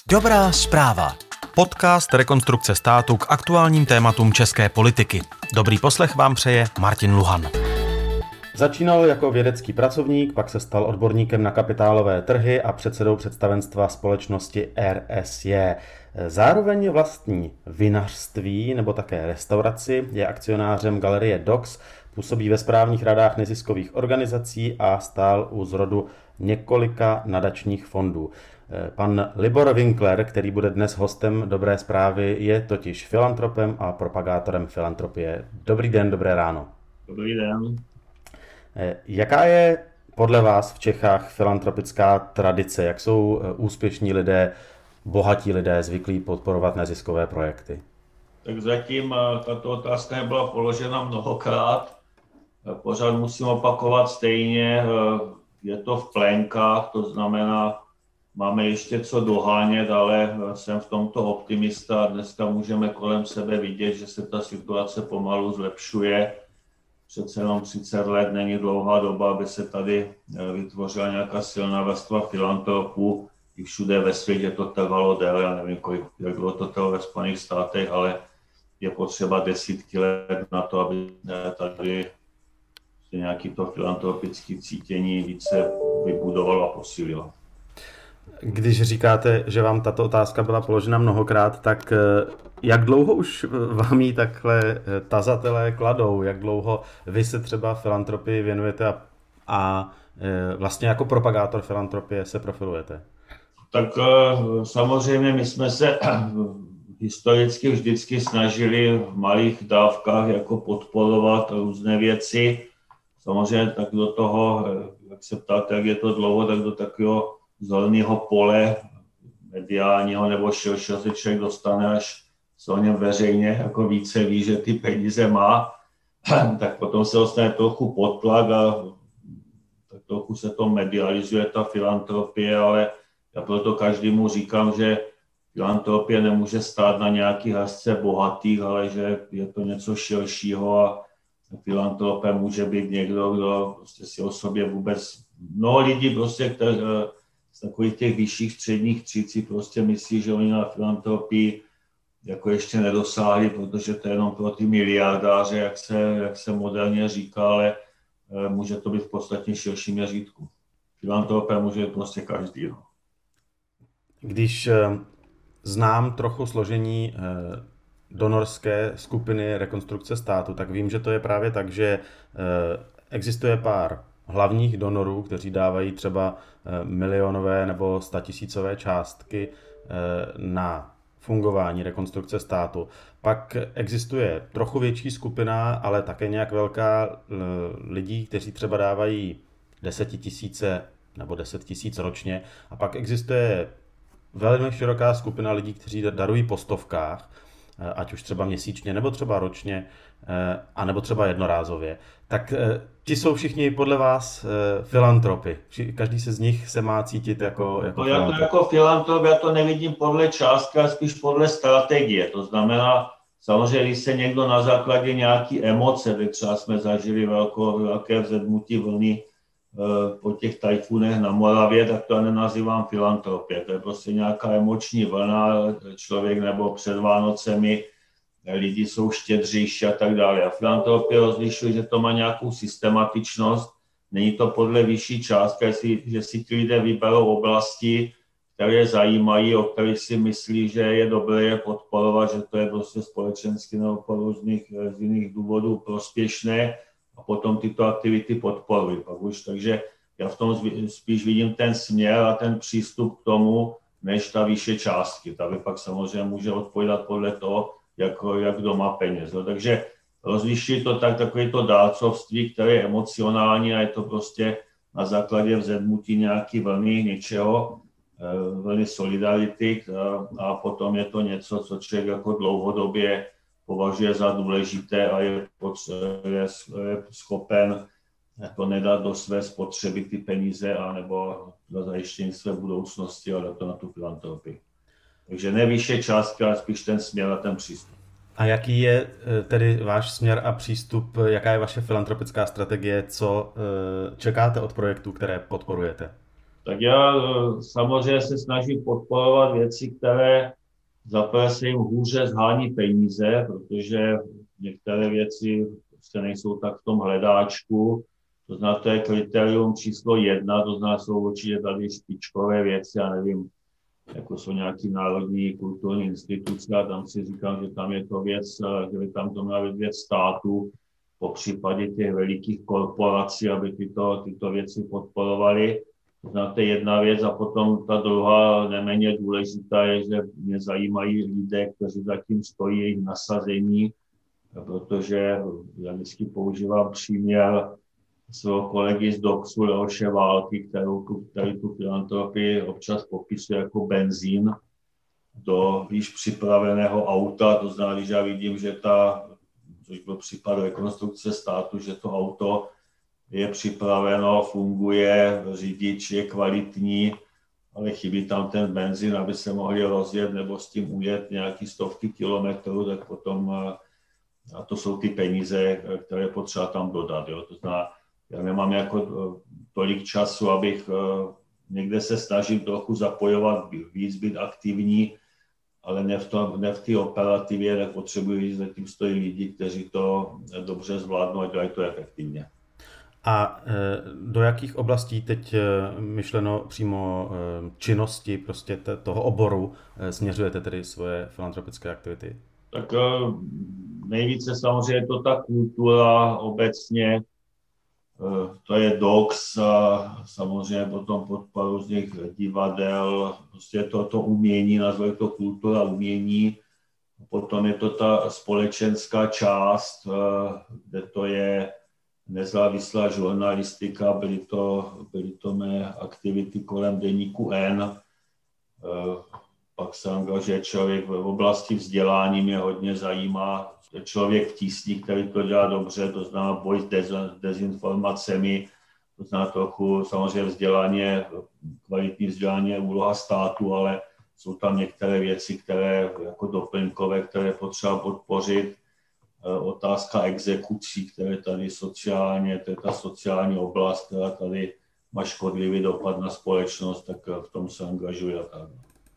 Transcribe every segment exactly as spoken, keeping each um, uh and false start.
Dobrá zpráva. Podcast Rekonstrukce státu k aktuálním tématům české politiky. Dobrý poslech vám přeje Martin Luhan. Začínal jako vědecký pracovník, pak se stal odborníkem na kapitálové trhy a předsedou představenstva společnosti R S J. Zároveň vlastní vinařství nebo také restauraci, je akcionářem galerie Dox, působí ve správních radách neziskových organizací a stál u zrodu několika nadačních fondů. Pan Libor Winkler, který bude dnes hostem Dobré zprávy, je totiž filantropem a propagátorem filantropie. Dobrý den, dobré ráno. Dobrý den. Jaká je podle vás v Čechách filantropická tradice? Jak jsou úspěšní lidé, bohatí lidé zvyklí podporovat neziskové projekty? Tak zatím tato otázka nebyla položena mnohokrát. Pořád musím opakovat stejně. Je to v plenkách, to znamená, máme ještě co dohánět, ale jsem v tomto optimista. Dneska můžeme kolem sebe vidět, že se ta situace pomalu zlepšuje. Přece jenom třicet let není dlouhá doba, aby se tady vytvořila nějaká silná vrstva filantropů. I všude ve světě to trvalo déle, já nevím, kolik, jak dlouho to trvalo ve Spojených státech, ale je potřeba desítky let na to, aby tady nějaké to filantropické cítění více vybudovalo a posílilo. Když říkáte, že vám tato otázka byla položena mnohokrát, tak jak dlouho už vám ji takhle tazatelé kladou? Jak dlouho vy se třeba filantropii věnujete a, a vlastně jako propagátor filantropie se profilujete? Tak samozřejmě my jsme se historicky vždycky snažili v malých dávkách jako podporovat různé věci. Samozřejmě tak do toho, jak se ptáte, jak je to dlouho, tak do takového zorného pole mediálního nebo širšího se člověk dostane, až se o něm veřejně jako více ví, že ty peníze má, tak potom se dostane trochu pod tlak a tak trochu se to medializuje, ta filantropie, ale já proto každému říkám, že filantropie nemůže stát na nějaký hrsce bohatých, ale že je to něco širšího a filantropem může být někdo, kdo prostě si o sobě vůbec, mnoho lidí prostě, kteří z takových těch vyšších středních tříd si prostě myslí, že oni na filantropii jako ještě nedosáhli, protože to je jenom pro ty miliardáře, jak se, jak se moderně říká, ale může to být v podstatě širším měřítku. Filantropem může být prostě každý. No. Když znám trochu složení donorské skupiny Rekonstrukce státu, tak vím, že to je právě tak, že existuje pár hlavních donorů, kteří dávají třeba milionové nebo statisícové částky na fungování Rekonstrukce státu. Pak existuje trochu větší skupina, ale také nějak velká lidí, kteří třeba dávají desetitisíce nebo deset tisíc ročně. A pak existuje velmi široká skupina lidí, kteří darují po stovkách, ať už třeba měsíčně, nebo třeba ročně, a nebo třeba jednorázově. Tak ti jsou všichni podle vás filantropy. Každý se z nich se má cítit jako, jako no, já to jako filantrop, já to nevidím podle částky, ale spíš podle strategie. To znamená, samozřejmě, když se někdo na základě nějaký emoce, kdy třeba jsme zažili velko, velké vzedmutí vlny po těch tajfunech na Moravě, tak to já nenazývám filantropie. To je prostě nějaká emoční vlna, člověk nebo před Vánocemi, lidi jsou štědřejší a tak dále. A filantropie rozlišuje, že to má nějakou systematičnost, není to podle vyšší částky, že si ti lidé vyberou oblasti, které zajímají, o kterých si myslí, že je dobré je podporovat, že to je prostě společensky nebo po různých z jiných důvodů prospěšné a potom tyto aktivity podporují. Pak už, takže já v tom spíš vidím ten směr a ten přístup k tomu, než ta výše částky. Tady pak samozřejmě může odpovídat podle toho, jak, jak kdo má peněz. No, takže rozlišují to tak, takové to dárcovství, které je emocionální a je to prostě na základě vzedmutí nějaký vlny něčeho, vlny solidarity a, a potom je to něco, co člověk jako dlouhodobě považuje za důležité a je, je, je schopen to nedat do své spotřeby ty peníze anebo za zajištění své budoucnosti, ale to na tu filantropii. Takže ne výše částky, ale spíš ten směr a ten přístup. A jaký je tedy váš směr a přístup, jaká je vaše filantropická strategie, co čekáte od projektů, které podporujete? Tak já samozřejmě se snažím podporovat věci, které zaprvé se jim hůře zhání peníze, protože některé věci prostě nejsou tak v tom hledáčku. To znamená, to je kritérium číslo jedna, to znamená, jsou určitě tady špičkové věci, já nevím, jako jsou nějaký národní kulturní instituce a tam si říkám, že tam je to věc, že by tam to měla být věc státu, po případě těch velikých korporací, aby tyto, tyto věci podporovaly. To znamená, to je jedna věc a potom ta druhá neméně důležitá je, že mě zajímají lidé, kteří zatím stojí, jejich nasazení, protože já vždycky používám příměr svého kolegy z Doxu, Leoše Války, kterou, který tu filantropii občas popisuje jako benzín do již připraveného auta. To znamená, že já vidím, že ta, což byl případ rekonstrukce státu, že to auto je připraveno, funguje, řidič je kvalitní, ale chybí tam ten benzín, aby se mohli rozjet nebo s tím ujet nějaký stovky kilometrů, tak potom, a to jsou ty peníze, které potřeba tam dodat. Jo. To znamená, já nemám jako tolik času, abych někde se snažil trochu zapojovat, víc být aktivní, ale ne v, tom, ne v té operativě, tak potřebuji, že tím stojí lidi, kteří to dobře zvládnou a dělají to efektivně. A do jakých oblastí teď myšleno přímo činnosti prostě toho oboru směřujete tedy svoje filantropické aktivity? Tak nejvíce samozřejmě je to ta kultura obecně, to je Dox, samozřejmě potom podporu z nich divadel, prostě to, to umění, nazveme to kultura umění. Potom je to ta společenská část, kde to je nezávislá žurnalistika, byly to, byly to mé aktivity kolem deníku N. Pak se angažuje člověk v oblasti vzdělání, mě hodně zajímá. Člověk v tísni, který to dělá dobře, to znamená boj s dezinformacemi, to znamená trochu samozřejmě vzdělání, kvalitní vzdělání je úloha státu, ale jsou tam některé věci, které jako doplňkové, které potřeba podpořit. Otázka exekucí, které tady sociálně, to je ta sociální oblast, která tady má škodlivý dopad na společnost, tak v tom se angažuje a tak.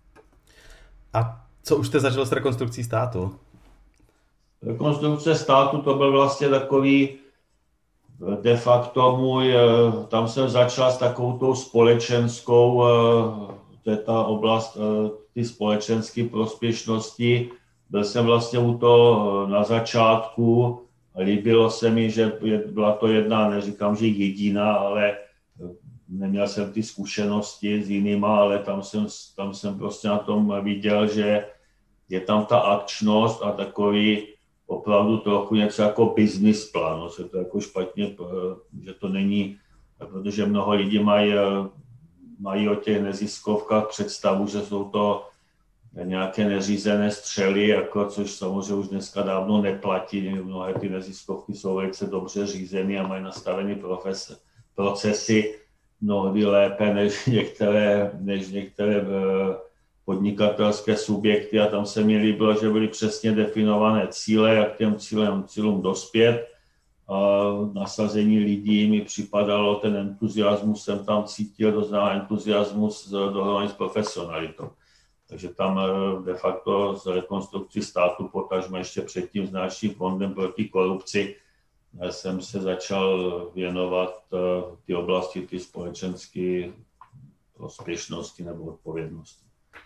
A co už jste zažil s rekonstrukcí státu? Rekonstrukce státu to byl vlastně takový de facto můj, tam jsem začal s takovou tou společenskou, to je ta oblast ty společenské prospěšnosti. Byl jsem vlastně u toho na začátku a líbilo se mi, že byla to jedna, neříkám, že jediná, ale neměl jsem ty zkušenosti s jinýma, ale tam jsem, tam jsem prostě na tom viděl, že je tam ta akčnost a takový opravdu trochu něco jako business plán, no, se to jako špatně, že to není, protože mnoho lidí mají, mají o těch neziskovkách představu, že jsou to nějaké neřízené střely, jako, což samozřejmě už dneska dávno neplatí. Mnohé ty neziskovky jsou velice dobře řízeny a mají nastavené profese, procesy mnohdy lépe než některé, než některé podnikatelské subjekty a tam se mi líbilo, že byly přesně definované cíle, jak těm cílem, cílům dospět. A nasazení lidí mi připadalo, ten entuziasmus jsem tam cítil, to znamená entuziasmus dohromady s profesionalitou. Takže tam de facto z rekonstrukcí státu, potažmo ještě předtím s naším fondem proti korupci, jsem se začal věnovat ty oblasti, ty společenské prospěšnosti nebo odpovědnosti.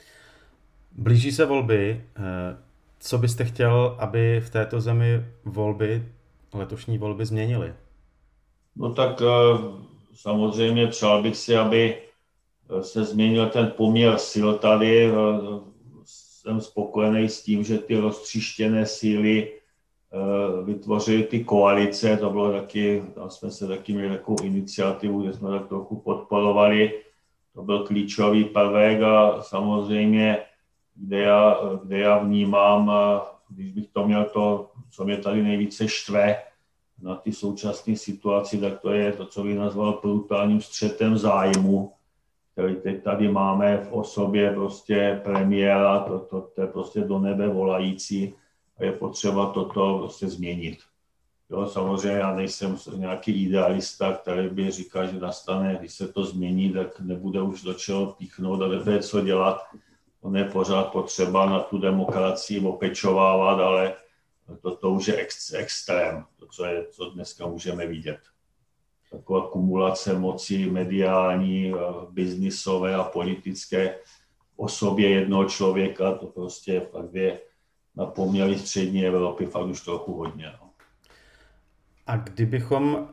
Blíží se volby. Co byste chtěl, aby v této zemi volby, letošní volby změnily? No tak samozřejmě přál bych si, aby se změnil ten poměr sil tady. Jsem spokojený s tím, že ty roztříštěné síly vytvořily ty koalice. To bylo taky, tam jsme se taky měli takovou iniciativu, kde jsme tak trochu podporovali. To byl klíčový prvek a samozřejmě, kde já, kde já vnímám, když bych to měl to, co mě tady nejvíce štve na ty současné situaci, tak to je to, co bych nazval brutálním střetem zájmu, který teď tady máme v osobě prostě premiéra, to, to, to je prostě do nebe volající a je potřeba toto prostě změnit. Jo, samozřejmě já nejsem nějaký idealista, který by říkal, že nastane, když se to změní, tak nebude už do čeho píchnout a nebude co dělat. On je pořád potřeba na tu demokracii opečovávat, ale to, to už je ex, extrém, to, co, je, co dneska můžeme vidět. Taková kumulace moci mediální, biznisové a politické v osobě jednoho člověka, to prostě fakt je na poměry střední Evropy fakt už trochu hodně. No. A kdybychom,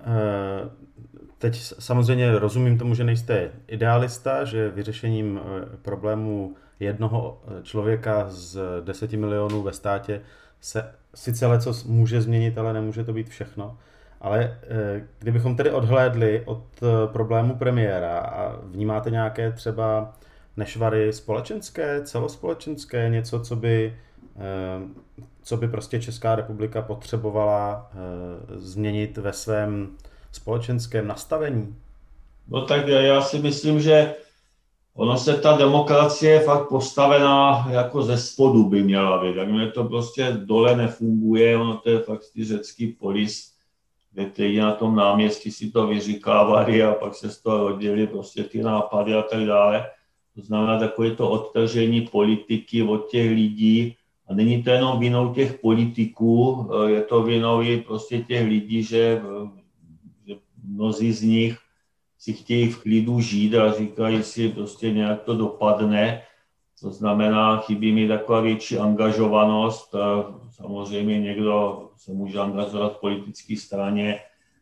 teď samozřejmě rozumím tomu, že nejste idealista, že vyřešením problémů jednoho člověka z deseti milionů ve státě se sice lecos může změnit, ale nemůže to být všechno. Ale kdybychom tedy odhlédli od problému premiéra a vnímáte nějaké třeba nešvary společenské, celospolečenské, něco, co by, co by prostě Česká republika potřebovala změnit ve svém společenském nastavení? No tak já si myslím, že ono se ta demokracie je fakt postavená jako ze spodu by měla být. Jakmile to prostě dole nefunguje, ono to je fakt ty řecký polis, kde ty na tom náměstí si to vyříkávali a pak se z toho rodili prostě ty nápady a tak dále. To znamená takové to odtržení politiky od těch lidí. A není to jenom vinou těch politiků, je to vinou i prostě těch lidí, že, že mnozí z nich si chtějí v klidu žít a říkají si prostě nějak to dopadne. To znamená, chybí mi taková větší angažovanost. Samozřejmě někdo se může angažovat v politické straně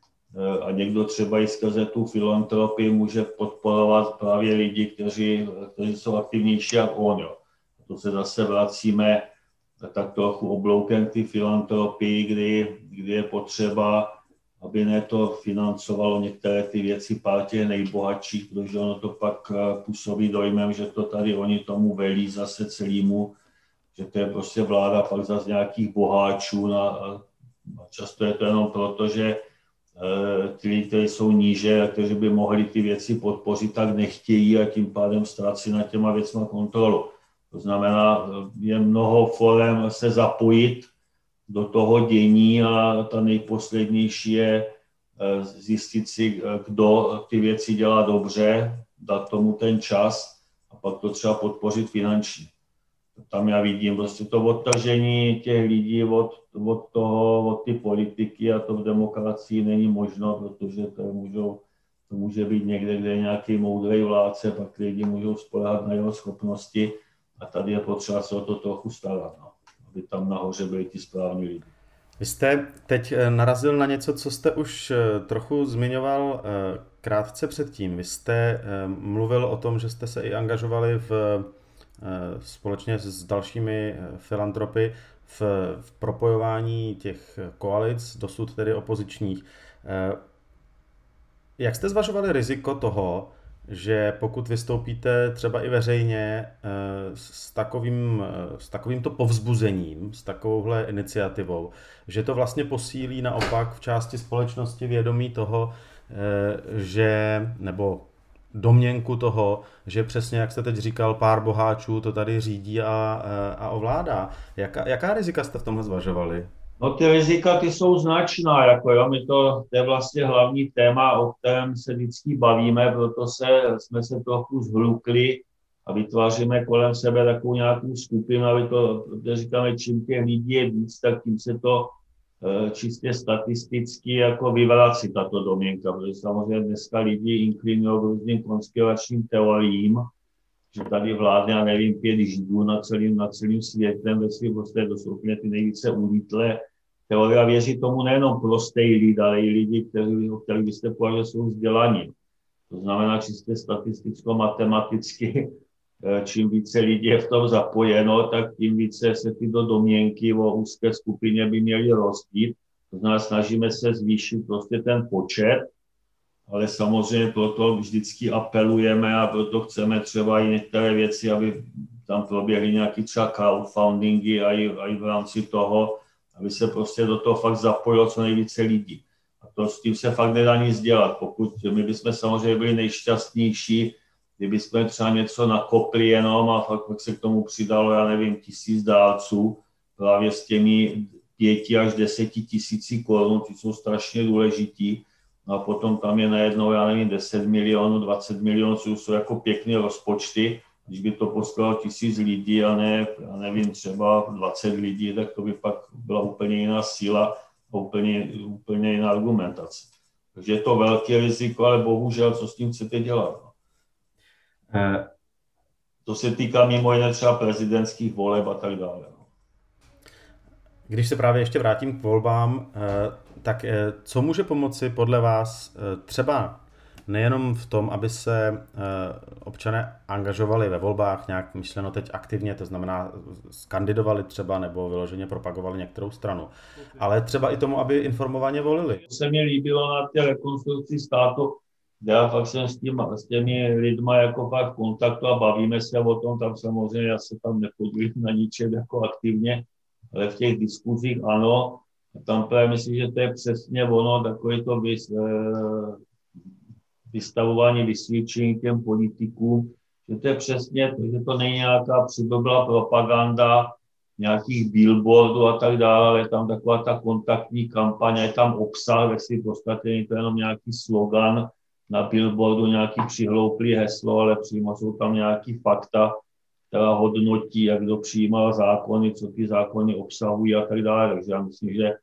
a někdo třeba i skrze tu filantropii může podporovat právě lidi, kteří, kteří jsou aktivnější jak on. Jo. A to se zase vracíme tak trochu obloukem ty filantropii, kdy, kdy je potřeba, aby ne to financovalo některé ty věci pár těch nejbohatších, protože ono to pak působí dojmem, že to tady oni tomu velí zase celému, že to je prostě vláda pak zase nějakých boháčů a, a často je to jenom proto, že e, ty lidi, kteří jsou níže a kteří by mohli ty věci podpořit, tak nechtějí a tím pádem ztrácí na těma věcma kontrolu. To znamená, je mnoho forem se zapojit do toho dění a ta nejposlednější je zjistit si, kdo ty věci dělá dobře, dát tomu ten čas a pak to třeba podpořit finančně. Tam já vidím prostě to odtržení těch lidí od, od toho, od ty politiky a to v demokracii není možno, protože to, můžou, to může být někde, kde je nějaký moudrý vládce, pak lidi můžou spoléhat na jeho schopnosti. A tady je potřeba se o to trochu starat, no, aby tam nahoře byli ty správní lidi. Vy jste teď narazil na něco, co jste už trochu zmiňoval krátce předtím. Vy jste mluvil o tom, že jste se i angažovali v, společně s dalšími filantropy v, v propojování těch koalic, dosud tedy opozičních. Jak jste zvažovali riziko toho, že pokud vystoupíte třeba i veřejně s takovým, s takovýmto povzbuzením, s takovouhle iniciativou, že to vlastně posílí naopak v části společnosti vědomí toho, že, nebo domněnku toho, že přesně, jak jste teď říkal, pár boháčů to tady řídí a, a ovládá. Jaká, jaká rizika jste v tomhle zvažovali? No ty rizika, ty jsou značná, jako jo, my to, to je vlastně hlavní téma, o kterém se vždycky bavíme, proto se, jsme se trochu zhlukli a vytváříme kolem sebe takovou nějakou skupinu, aby to, protože říkáme, čím těch lidí je víc, tak tím se to e, čistě statisticky jako vyvrací tato domněnka, protože samozřejmě dneska lidi inklinují k různým konspiračním teoriím, že tady vládne, já nevím, pět židů na celým, na celým světem, ve svým prostě to jsou ty nejvíce ulítlé teorie a věří tomu nejenom prostý lidi, ale i lidi, kteří, o kterých byste povedali, jsou vzdělaní. To znamená čistě statisticko-matematicky, čím více lidí je v tom zapojeno, tak tím více se tyto domněnky o úzké skupině by měly rozdít. To znamená, snažíme se zvýšit prostě ten počet, ale samozřejmě proto vždycky apelujeme a proto chceme třeba i některé věci, aby tam proběhly nějaké třeba crowdfundingy a i, a i v rámci toho, aby se prostě do toho fakt zapojilo co nejvíce lidí. A to s tím se fakt nedá nic dělat. Pokud my bychom samozřejmě byli nejšťastnější, kdybychom třeba něco nakopli jenom a fakt, fakt se k tomu přidalo, já nevím, tisíc dárců právě s těmi pěti až deseti tisíci korun, ty jsou strašně důležitý. A potom tam je najednou, já nevím, deset milionů, dvacet milionů, co jsou jako pěkné rozpočty. Když by to poslalo tisíc lidí a ne, já nevím, třeba dvacet lidí, tak to by pak byla úplně jiná síla a úplně, úplně jiná argumentace. Takže je to velké riziko, ale bohužel, co s tím chcete dělat? Eh. To se týká mimo jiné třeba prezidentských voleb a tak dále. Když se právě ještě vrátím k volbám, tak co může pomoci podle vás třeba nejenom v tom, aby se občané angažovali ve volbách, nějak myšleno teď aktivně, to znamená skandidovali třeba nebo vyloženě propagovali některou stranu, ale třeba i tomu, aby informovaně volili. To se mi líbilo na té rekonstrukci státu, já fakt jsem s, tím, s těmi lidma jako fakt v kontaktu a bavíme se o tom, tam samozřejmě já se tam nepodívám na ničem jako aktivně, ale v těch diskuzích ano, a tam právě myslím, že to je přesně ono, takový to vys, vystavování, vysvědčení těm politikům, že to je přesně, že to není nějaká přidoblá propaganda, nějakých billboardů a tak dále, ale je tam taková ta kontaktní kampaň, je tam obsah, ve svým podstatě je to jenom nějaký slogan, na billboardu nějaký přihlouplý heslo, ale přímo jsou tam nějaký fakta, která hodnotí, jak kdo přijímal zákony, co ty zákony obsahují a tak dále. Takže já myslím, že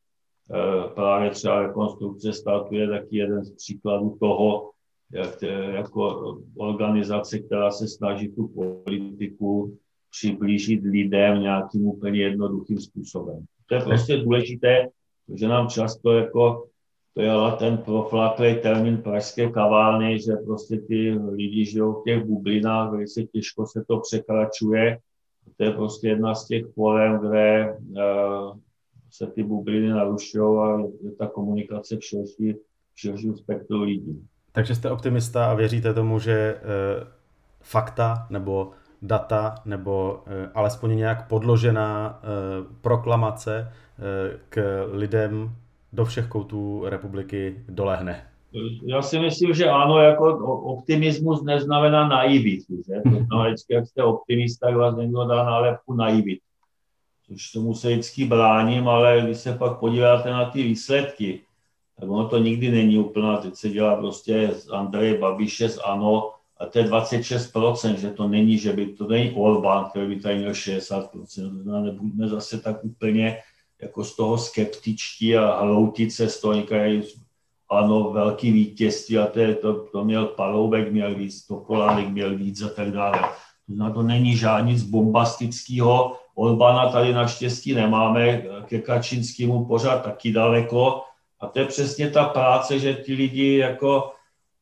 právě třeba rekonstrukce státu je taky jeden z příkladů toho, jak jako organizace, která se snaží tu politiku přiblížit lidem nějakým úplně jednoduchým způsobem. To je prostě důležité, protože nám často jako to je ale ten profláklej termín pražské kavárny, že prostě ty lidi žijou v těch bublinách, velice těžko se to překračuje. To je prostě jedna z těch forem, kde uh, se ty bubliny narušují a je ta komunikace v širší, v širším spektru lidí. Takže jste optimista a věříte tomu, že uh, fakta nebo data nebo uh, alespoň nějak podložená uh, proklamace uh, k lidem do všech koutů republiky dolehne? Já si myslím, že ano, jako optimismus neznamená naivitu, že? To znamená, vždycky, jak jste optimista, tak vás někdo dá nálepku naivit. Což tomu se vždycky bráním, ale když se pak podíváte na ty výsledky, tak ono to nikdy není úplná. Teď se dělá prostě z Andreje Babiše, z ANO, a to je dvacet šest procent, že to není, že by to není Orbán, který by tady měl šedesát procent. To znamená, nebuďme zase tak úplně jako z toho skeptičtí a hloutit se z toho, říkají, ano, velký vítězství a to, je, to, to měl Paroubek, měl víc, Topolánek měl víc a tak dále. To znamená, to není žádný nic bombastického. Orbána tady naštěstí nemáme, ke Kačinskému pořád taky daleko. A to je přesně ta práce, že ti lidi jako,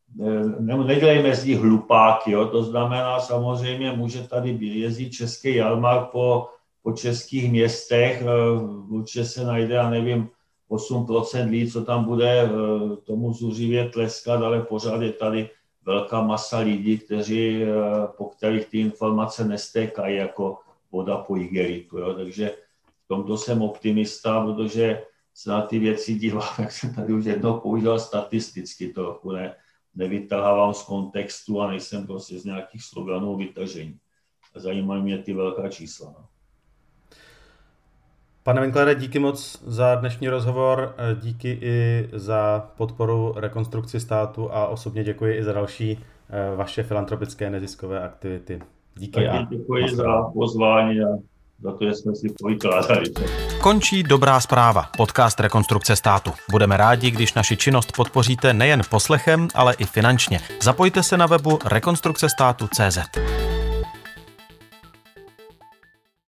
ne, nedělejme z nich hlupáky, jo? To znamená, samozřejmě může tady jezdit český jarmark po po českých městech, určitě se najde, já nevím, osm procent lidí, co tam bude tomu zuřivě tleskat, ale pořád je tady velká masa lidí, kteří, po kterých ty informace nestékají jako voda po igelitu. Jo? Takže v tomto jsem optimista, protože se na ty věci dívám, jak jsem tady už jednou použil statisticky trochu, ne, nevytrhávám z kontextu a nejsem prostě z nějakých sloganů vytažení. Zajímají mě ty velká čísla. No. Pane Winklere, díky moc za dnešní rozhovor, díky i za podporu Rekonstrukci státu a osobně děkuji i za další vaše filantropické neziskové aktivity. Díky. Taky děkuji za pozvání a za to, že jsme si povykládali. Končí Dobrá zpráva, podcast Rekonstrukce státu. Budeme rádi, když naši činnost podpoříte nejen poslechem, ale i finančně. Zapojte se na webu rekonstrukce státu tečka cé zet.